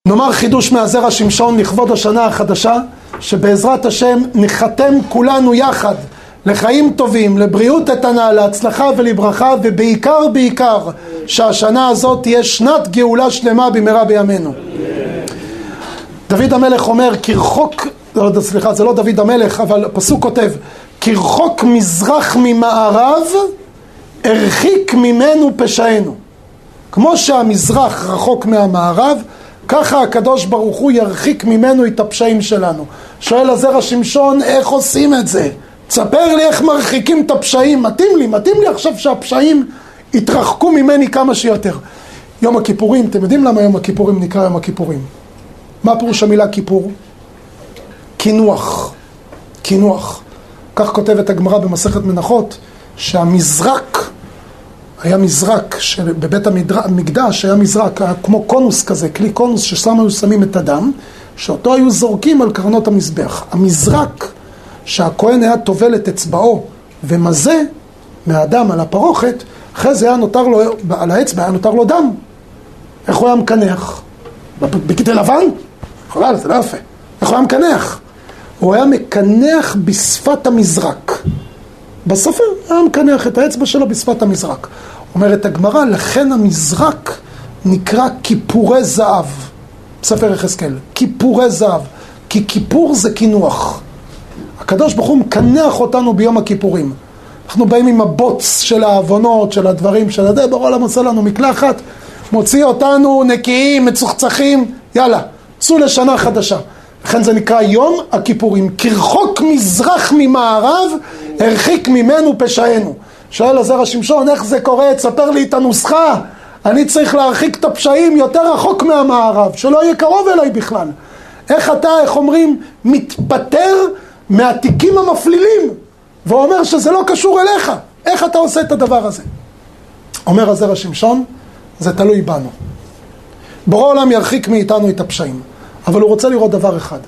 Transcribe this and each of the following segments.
נאמר חידוש מהזרע שמשון לכבוד השנה החדשה, שבעזרת השם נחתם כולנו יחד לחיים טובים, לבריאות איתנה, להצלחה ולברכה, ובעיקר בעיקר שהשנה הזאת תהיה שנת גאולה שלמה במהרה בימינו. דוד המלך אומר, כרחוק, סליחה, זה לא דוד המלך, אבל הפסוק כותב, כרחוק מזרח ממערב, הרחיק ממנו פשענו. כמו שהמזרח רחוק מהמערב, ככה הקדוש ברוך הוא ירחיק ממנו את הפשעים שלנו. שואל הזרע שמשון, איך עושים את זה? תספר לי איך מרחיקים את הפשעים. מתאים לי עכשיו שהפשעים יתרחקו ממני כמה שיותר. יום הכיפורים, אתם יודעים למה יום הכיפורים נקרא יום הכיפורים? מה פירוש המילה כיפור? כינוח. כינוח. כך כותבת הגמרא במסכת מנחות, שהמזרק, היה מזרק, בבית המקדש היה מזרק, היה כמו קונוס כזה, כלי קונוס ששם היו שמים את הדם, שאותו היו זורקים על קרנות המזבח. המזרק שהכהן היה טובל את אצבעו ומזה מהדם על הפרוכת, אחרי זה היה נותר לו, על האצבע היה נותר לו דם. איך הוא היה מקנח? בקטע לבן? חבל, זה לא יפה. איך הוא היה מקנח? הוא היה מקנח בשפת המזרק. בסופר היה מקנח את האצבע שלו בשפת המזרק. אומרת הגמרא, לכן המזרק נקרא כיפורי זהב. בספר יחזקאל, כיפורי זהב. כי כיפור זה כינוח. הקדוש ברוך הוא מקנח אותנו ביום הכיפורים. אנחנו באים עם הבוץ של העוונות, של הדברים, של זה, ברור למה עושה לנו מקלחת, מוציא אותנו נקיים, מצוחצחים, יאללה, צאו לשנה חדשה. לכן זה נקרא יום הכיפורים. כרחוק מזרח ממערב, הרחיק ממנו פשענו. שואל הזרע שמשון, איך זה קורה? תספר לי את הנוסחה. אני צריך להרחיק את הפשעים יותר רחוק מהמערב, שלא יהיה קרוב אליי בכלל. איך אתה, איך אומרים, מתפטר מהתיקים המפלילים, ואומר שזה לא קשור אליך. איך אתה עושה את הדבר הזה? אומר הזרע שמשון, זה תלוי בנו. בורא עולם ירחיק מאיתנו את הפשעים. אבל הוא רוצה לראות דבר אחד,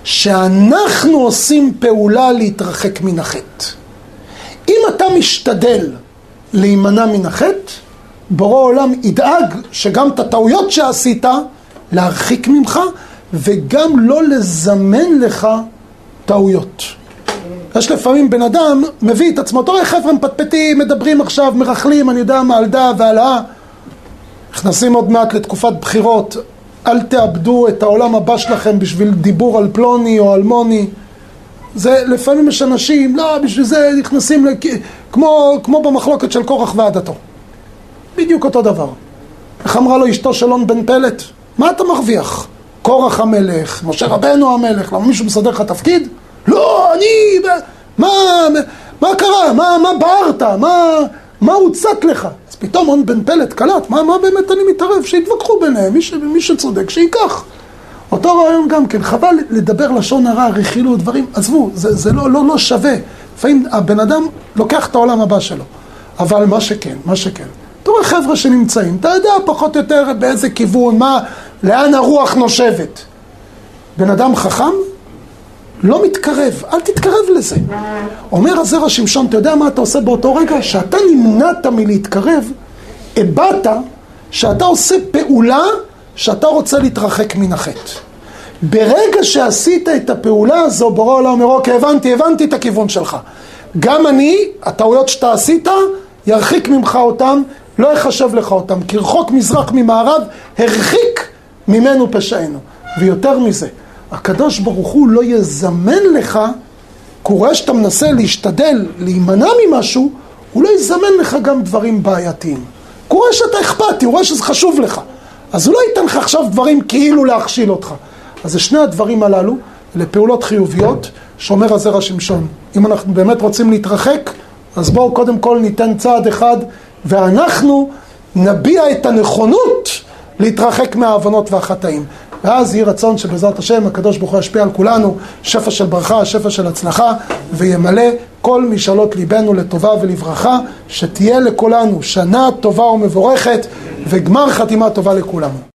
שאנחנו עושים פעולה להתרחק מן החטא. אם אתה משתדל להימנע מן החטא, בורא עולם ידאג שגם את הטעויות שעשית להרחיק ממך, וגם לא לזמן לך טעויות. יש לפעמים בן אדם מביא את עצמו, תראה חבר'ה מפטפטים, מדברים עכשיו, מרחלים, אני יודע מה, על דה ועלה. נכנסים עוד מעט לתקופת בחירות, אל תאבדו את העולם הבא שלכם בשביל דיבור על פלוני או על מוני. זה לפעמים יש אנשים, לא, בשביל זה נכנסים כמו במחלוקת של קורח ועדתו. בדיוק אותו דבר. איך אמרה לו אשתו של און בן פלט? מה אתה מרוויח? קורח המלך, משה רבנו המלך, למה מישהו מסדר לך תפקיד? לא, אני, מה קרה? מה בערת? מה הוצק לך? אז פתאום און בן פלט קלט, מה באמת אני מתערב? שיתווכחו ביניהם, מי שצודק שיקח. אותו רעיון גם כן, חבל לדבר לשון הרע, רכילו, דברים, עזבו, זה לא שווה. לפעמים הבן אדם לוקח את העולם הבא שלו. אבל מה שכן. תראה חבר'ה שנמצאים, אתה יודע פחות או יותר באיזה כיוון, לאן הרוח נושבת. בן אדם חכם לא מתקרב, אל תתקרב לזה. אומר הזרע שמשון, אתה יודע מה אתה עושה באותו רגע? שאתה נמנעת מלהתקרב, הבאת שאתה עושה פעולה שאתה רוצה להתרחק מן החטא. ברגע שעשית את הפעולה הזו, בורא עולם אומר, אוקיי, הבנתי את הכיוון שלך. גם אני, הטעויות שאתה עשית, ירחיק ממך אותם, לא יחשב לך אותם. כרחוק מזרח ממערב, הרחיק ממנו פשענו. ויותר מזה, הקדוש ברוך הוא לא יזמן לך, כי הוא רואה שאתה מנסה להשתדל, להימנע ממשהו, הוא לא יזמן לך גם דברים בעייתיים. הוא רואה שאתה אכפתי, הוא רואה שזה חשוב לך. אז הוא לא ייתן לך עכשיו דברים כאילו להכשיל אותך. אז זה שני הדברים הללו, לפעולות חיוביות, שאומר הזרע שמשון. אם אנחנו באמת רוצים להתרחק, אז בואו קודם כל ניתן צעד אחד, ואנחנו נביע את הנכונות להתרחק מההבנות והחטאים. ואז יהיה רצון שבעזרת השם הקדוש ברוך הוא ישפיע על כולנו שפע של ברכה, שפע של הצלחה, וימלא כל משאלות ליבנו לטובה ולברכה, שתהיה לכולנו שנה טובה ומבורכת וגמר חתימה טובה לכולנו.